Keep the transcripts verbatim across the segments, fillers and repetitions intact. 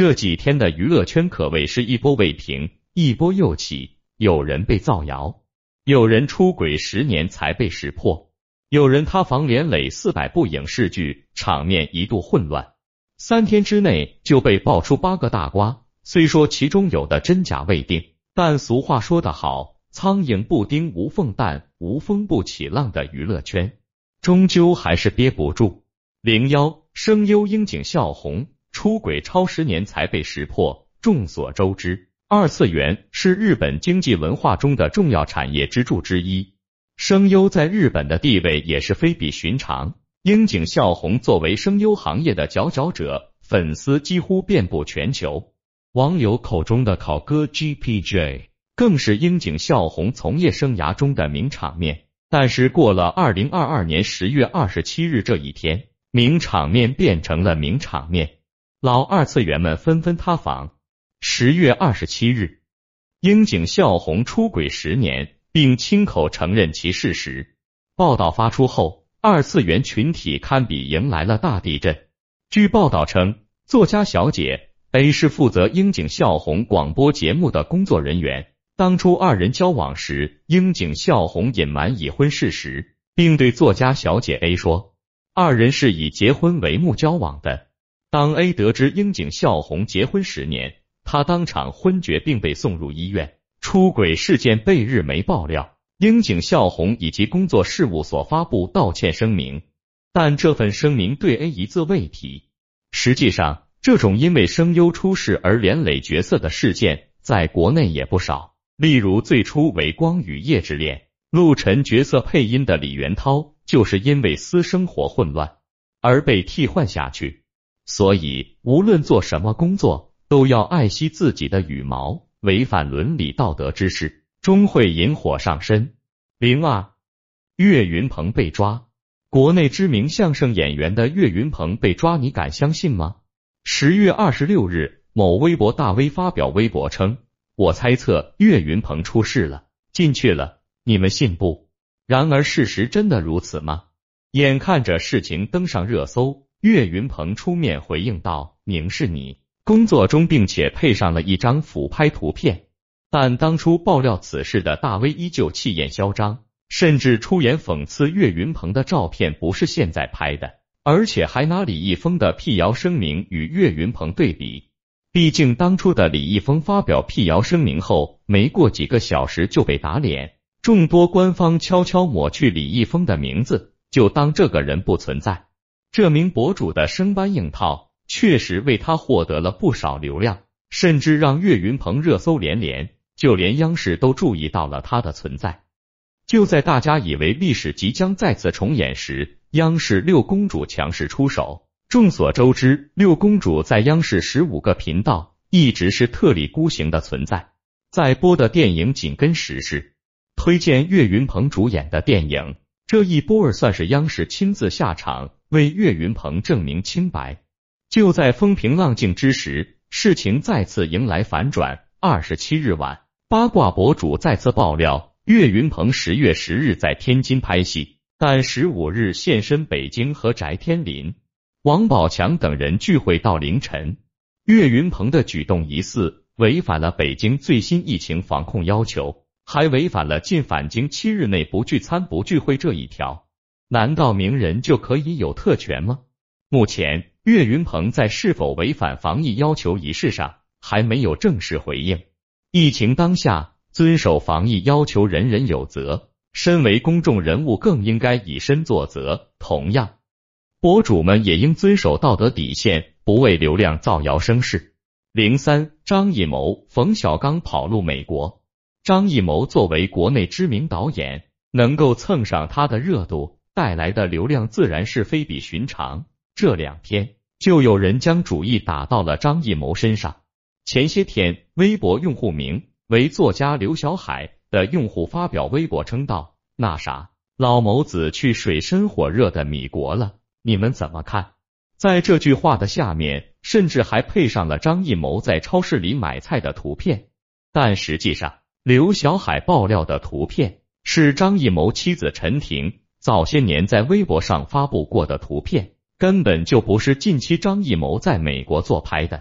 这几天的娱乐圈可谓是一波未平，一波又起，有人被造谣，有人出轨十年才被识破，有人塌房连累四百部影视剧，场面一度混乱。三天之内就被爆出八个大瓜，虽说其中有的真假未定，但俗话说得好，苍蝇不叮无缝蛋，无风不起浪的娱乐圈，终究还是憋不住。零一声优樱井孝宏出轨超十年才被识破。众所周知，二次元是日本经济文化中的重要产业支柱之一，声优在日本的地位也是非比寻常。樱井孝宏作为声优行业的佼佼者，粉丝几乎遍布全球。网友口中的考哥 G P J 更是樱井孝宏从业生涯中的名场面。但是过了二零二二年十月二十七日这一天，名场面变成了名场面，老二次元们纷纷塌房。十月二十七日，樱井孝宏出轨十年，并亲口承认其事实。报道发出后，二次元群体堪比迎来了大地震。据报道称，作家小姐 A 是负责樱井孝宏广播节目的工作人员。当初二人交往时，樱井孝宏隐瞒已婚事实，并对作家小姐 A 说，二人是以结婚为目交往的。当 A 得知樱井孝宏结婚十年，他当场昏厥并被送入医院。出轨事件被日媒爆料，樱井孝宏以及工作事务所发布道歉声明，但这份声明对 A 一字未提。实际上，这种因为声优出事而连累角色的事件在国内也不少，例如最初为光与叶之恋陆晨角色配音的李元涛，就是因为私生活混乱而被替换下去。所以无论做什么工作，都要爱惜自己的羽毛，违反伦理道德之事，终会引火上身。零二岳云鹏被抓，国内知名相声演员的岳云鹏被抓，你敢相信吗？十月二十六日，某微博大 V 发表微博称，我猜测岳云鹏出事了，进去了，你们信不？然而事实真的如此吗？眼看着事情登上热搜，岳云鹏出面回应道，明是你工作中，并且配上了一张俯拍图片。但当初爆料此事的大 V 依旧气焰嚣张，甚至出言讽刺岳云鹏的照片不是现在拍的，而且还拿李易峰的辟谣声明与岳云鹏对比。毕竟当初的李易峰发表辟谣声明后，没过几个小时就被打脸，众多官方悄悄抹去李易峰的名字，就当这个人不存在。这名博主的生搬硬套确实为他获得了不少流量，甚至让岳云鹏热搜连连，就连央视都注意到了他的存在。就在大家以为历史即将再次重演时，央视六公主强势出手。众所周知，六公主在央视十五个频道一直是特立孤行的存在，在播的电影紧跟时事，推荐岳云鹏主演的电影，这一波儿算是央视亲自下场为岳云鹏证明清白。就在风平浪静之时，事情再次迎来反转。二十七日晚，八卦博主再次爆料，岳云鹏十月十日在天津拍戏，但十五日现身北京和翟天临、王宝强等人聚会到凌晨。岳云鹏的举动疑似违反了北京最新疫情防控要求，还违反了进返京七日内不聚餐不聚会这一条。难道名人就可以有特权吗？目前岳云鹏在是否违反防疫要求一事上还没有正式回应。疫情当下，遵守防疫要求人人有责，身为公众人物更应该以身作则。同样，博主们也应遵守道德底线，不为流量造谣生事。零三张艺谋、冯小刚跑路美国。张艺谋作为国内知名导演，能够蹭上他的热度，带来的流量自然是非比寻常。这两天就有人将主意打到了张艺谋身上。前些天，微博用户名为作家刘小海的用户发表微博称道，那啥，老谋子去水深火热的米国了，你们怎么看？在这句话的下面，甚至还配上了张艺谋在超市里买菜的图片。但实际上，刘小海爆料的图片是张艺谋妻子陈婷早些年在微博上发布过的图片，根本就不是近期张艺谋在美国做拍的。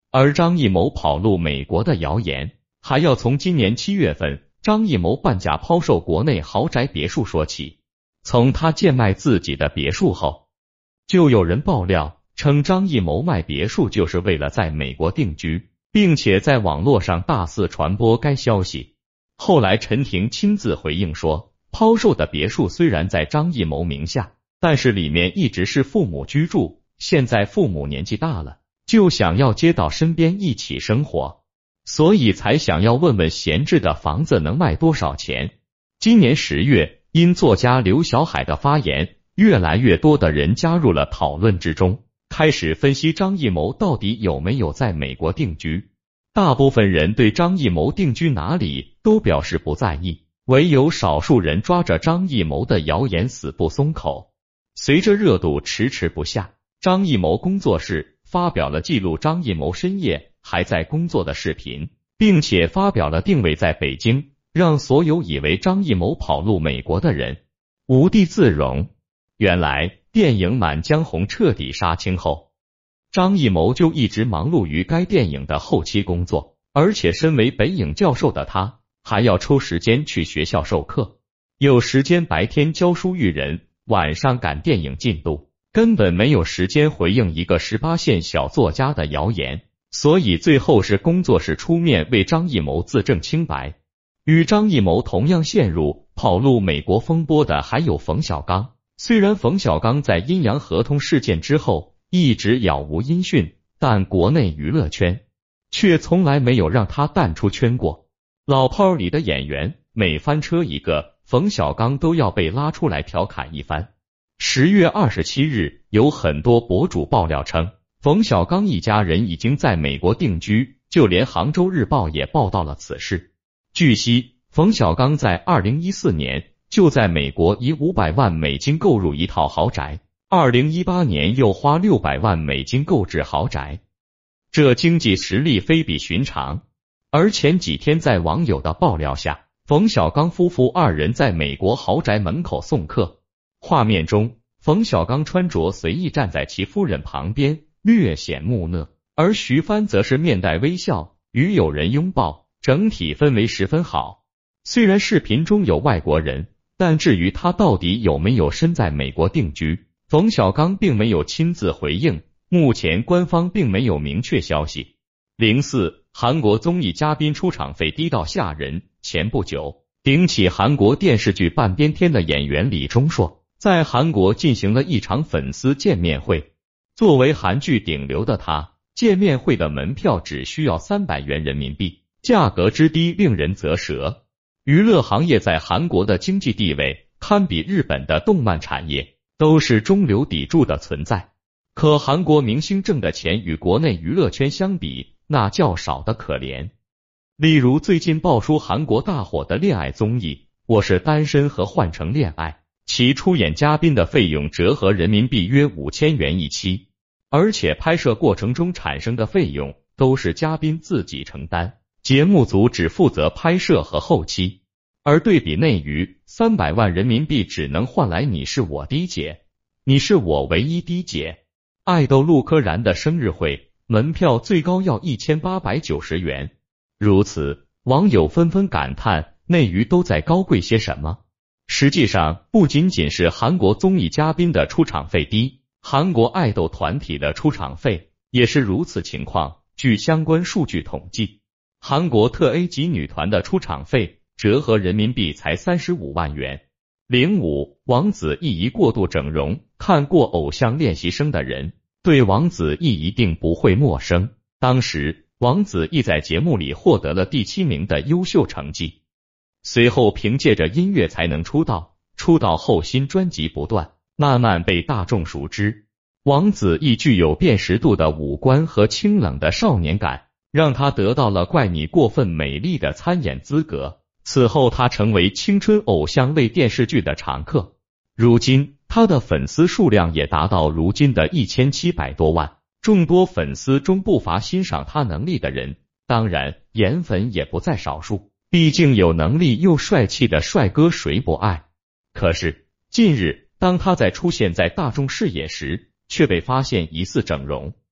而张艺谋跑路美国的谣言，还要从今年七月份张艺谋半价抛售国内豪宅别墅说起。从他贱卖自己的别墅后，就有人爆料称张艺谋卖别墅就是为了在美国定居，并且在网络上大肆传播该消息。后来陈婷亲自回应说，抛售的别墅虽然在张艺谋名下，但是里面一直是父母居住，现在父母年纪大了，就想要接到身边一起生活，所以才想要问问闲置的房子能卖多少钱。今年十月，因作家刘晓海的发言，越来越多的人加入了讨论之中，开始分析张艺谋到底有没有在美国定居。大部分人对张艺谋定居哪里都表示不在意，唯有少数人抓着张艺谋的谣言死不松口。随着热度迟迟不下，张艺谋工作室发表了记录张艺谋深夜还在工作的视频，并且发表了定位在北京，让所有以为张艺谋跑路美国的人无地自容。原来电影《满江红》彻底杀青后，张艺谋就一直忙碌于该电影的后期工作，而且身为北影教授的他，还要抽时间去学校授课，有时间白天教书育人，晚上赶电影进度，根本没有时间回应一个十八线小作家的谣言，所以最后是工作室出面为张艺谋自证清白。与张艺谋同样陷入跑路美国风波的还有冯小刚。虽然冯小刚在阴阳合同事件之后一直杳无音讯，但国内娱乐圈却从来没有让他淡出圈过。老炮里的演员每翻车一个，冯小刚都要被拉出来调侃一番。十月二十七日，有很多博主爆料称，冯小刚一家人已经在美国定居，就连杭州日报也报道了此事。据悉，冯小刚在二零一四年就在美国以五百万美金购入一套豪宅，二零一八年又花六百万美金购置豪宅，这经济实力非比寻常。而前几天在网友的爆料下，冯小刚夫妇二人在美国豪宅门口送客，画面中冯小刚穿着随意站在其夫人旁边，略显木讷，而徐帆则是面带微笑与友人拥抱，整体氛围十分好。虽然视频中有外国人，但至于他到底有没有身在美国定居，冯小刚并没有亲自回应，目前官方并没有明确消息。零四韩国综艺嘉宾出场费低到吓人。前不久，顶起韩国电视剧半边天的演员李钟硕，在韩国进行了一场粉丝见面会。作为韩剧顶流的他，见面会的门票只需要三百元人民币，价格之低令人啧舌。娱乐行业在韩国的经济地位堪比日本的动漫产业，都是中流砥柱的存在。可韩国明星挣的钱与国内娱乐圈相比，那较少的可怜。例如最近爆出韩国大火的恋爱综艺《我是单身》和《换乘恋爱》，其出演嘉宾的费用折合人民币约五千元一期，而且拍摄过程中产生的费用都是嘉宾自己承担，节目组只负责拍摄和后期。而对比内娱，三百万人民币只能换来你是我第一姐，你是我唯一第一姐。爱豆陆柯燃的生日会门票最高要一千八百九十元。如此，网友纷纷感叹内娱都在高贵些什么。实际上，不仅仅是韩国综艺嘉宾的出场费低，韩国爱豆团体的出场费也是如此情况。据相关数据统计，韩国特 A 级女团的出场费折合人民币才三十五万元。零五王子异一过度整容，看过偶像练习生的人对王子异一定不会陌生。当时王子异在节目里获得了第七名的优秀成绩，随后凭借着音乐才能出道，出道后新专辑不断，慢慢被大众熟知。王子异具有辨识度的五官和清冷的少年感，让他得到了怪你过分美丽的参演资格。此后他成为青春偶像类电视剧的常客，如今他的粉丝数量也达到如今的一千七百多万。众多粉丝中不乏欣赏他能力的人，当然颜粉也不在少数，毕竟有能力又帅气的帅哥谁不爱。可是近日当他在出现在大众视野时，却被发现疑似整容，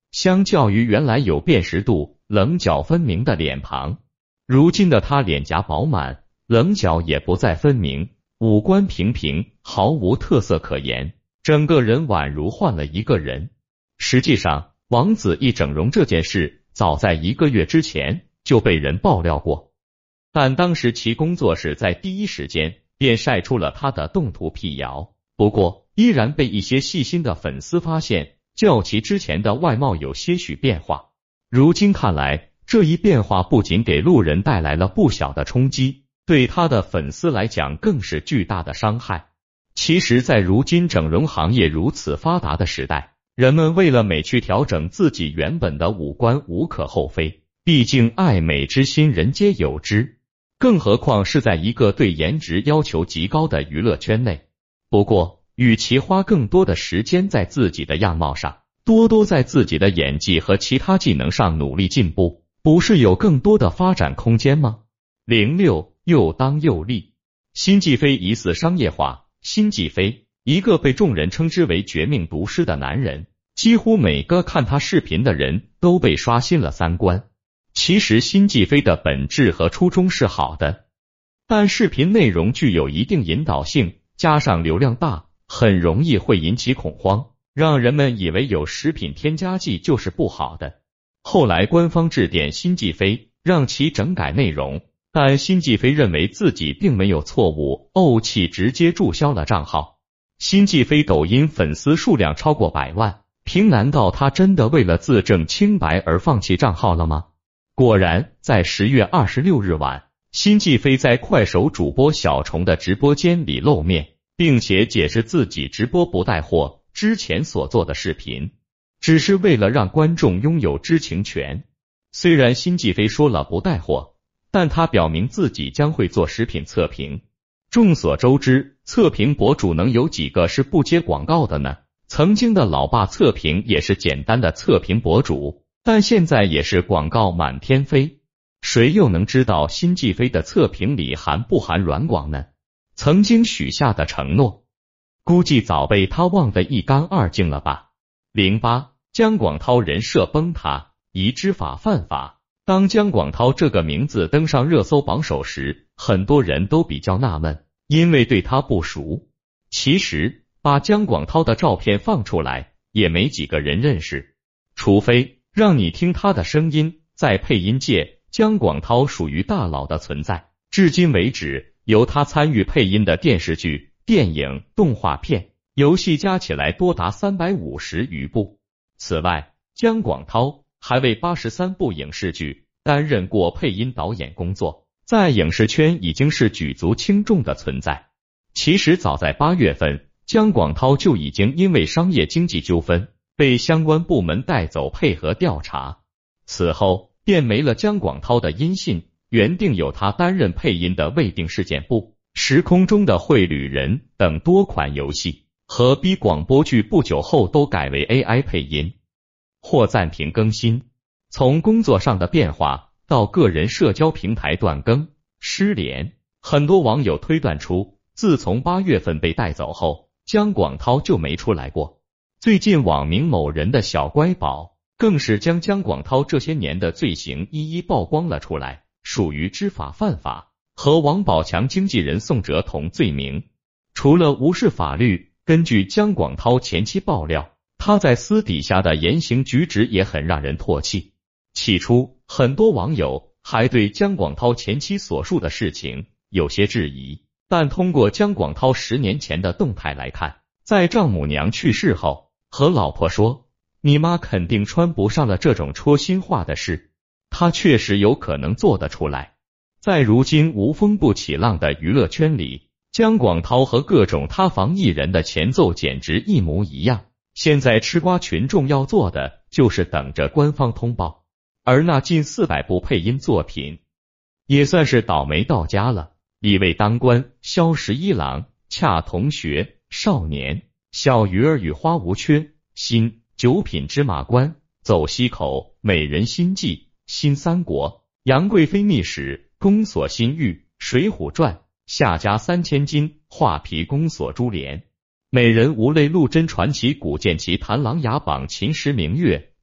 相较于原来有辨识度、棱角分明的脸庞，如今的她脸颊饱满，棱角也不再分明，五官平平，毫无特色可言，整个人宛如换了一个人。实际上，王子异整容这件事早在一个月之前就被人爆料过，但当时其工作室在第一时间便晒出了他的动图辟谣，不过依然被一些细心的粉丝发现，较其之前的外貌有些许变化。如今看来，这一变化不仅给路人带来了不小的冲击，对他的粉丝来讲更是巨大的伤害。其实在如今整容行业如此发达的时代，人们为了美去调整自己原本的五官无可厚非，毕竟爱美之心人皆有之，更何况是在一个对颜值要求极高的娱乐圈内。不过与其花更多的时间在自己的样貌上，多多在自己的演技和其他技能上努力进步，不是有更多的发展空间吗？零六又当又立，辛继飞疑似商业化。辛继飞，一个被众人称之为绝命毒师的男人，几乎每个看他视频的人都被刷新了三观。其实辛继飞的本质和初衷是好的，但视频内容具有一定引导性，加上流量大，很容易会引起恐慌，让人们以为有食品添加剂就是不好的。后来官方致电辛继飞，让其整改内容，但辛继飞认为自己并没有错误，怄气直接注销了账号。辛继飞抖音粉丝数量超过百万，凭难道他真的为了自证清白而放弃账号了吗？果然，在十月二十六日晚，辛继飞在快手主播小虫的直播间里露面，并且解释自己直播不带货之前所做的视频，只是为了让观众拥有知情权。虽然辛继飞说了不带货，但他表明自己将会做食品测评。众所周知，测评博主能有几个是不接广告的呢？曾经的老爸测评也是简单的测评博主，但现在也是广告满天飞。谁又能知道辛继飞的测评里含不含软广呢？曾经许下的承诺，估计早被他忘得一干二净了吧。零八姜广涛人设崩塌，疑知法犯法。当姜广涛这个名字登上热搜榜首时，很多人都比较纳闷，因为对他不熟。其实把姜广涛的照片放出来，也没几个人认识，除非让你听他的声音。在配音界，姜广涛属于大佬的存在，至今为止，由他参与配音的电视剧、电影、动画片、游戏加起来多达三百五十余部。此外，姜广涛还为八十三部影视剧担任过配音导演工作，在影视圈已经是举足轻重的存在。其实早在八月份，姜广涛就已经因为商业经济纠纷被相关部门带走配合调查，此后便没了姜广涛的音信。原定由他担任配音的未定事件簿、时空中的绘旅人等多款游戏和 B 广播剧不久后都改为 A I 配音或暂停更新。从工作上的变化到个人社交平台断更、失联，很多网友推断出，自从八月份被带走后，姜广涛就没出来过。最近网名某人的小乖宝更是将姜广涛这些年的罪行一一曝光了出来，属于知法犯法，和王宝强经纪人宋哲同罪名。除了无视法律，根据姜广涛前期爆料，他在私底下的言行举止也很让人唾弃。起初，很多网友还对姜广涛前期所述的事情有些质疑，但通过姜广涛十年前的动态来看，在丈母娘去世后，和老婆说你妈肯定穿不上了这种戳心话的事，他确实有可能做得出来。在如今无风不起浪的娱乐圈里，姜广涛和各种塌房艺人的前奏简直一模一样。现在吃瓜群众要做的就是等着官方通报，而那近四百部配音作品也算是倒霉到家了。李卫当官、萧十一郎、恰同学、少年、小鱼儿与花无缺、新九品芝麻官、走西口、美人心计、新三国、杨贵妃秘史、宫锁心玉、水浒传、夏家三千金、画皮宫锁珠帘、美人无泪、陆贞传奇、古剑奇、谭琅琊榜、秦时明月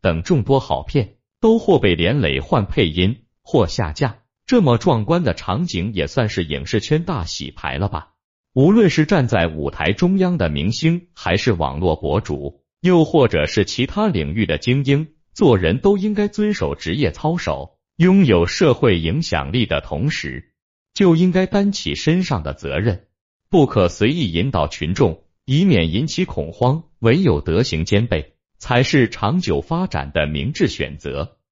等众多好片，都或被连累换配音，或下架。这么壮观的场景也算是影视圈大洗牌了吧？无论是站在舞台中央的明星，还是网络博主，又或者是其他领域的精英，做人都应该遵守职业操守，拥有社会影响力的同时，就应该担起身上的责任，不可随意引导群众，以免引起恐慌。唯有德行兼备，才是长久发展的明智选择。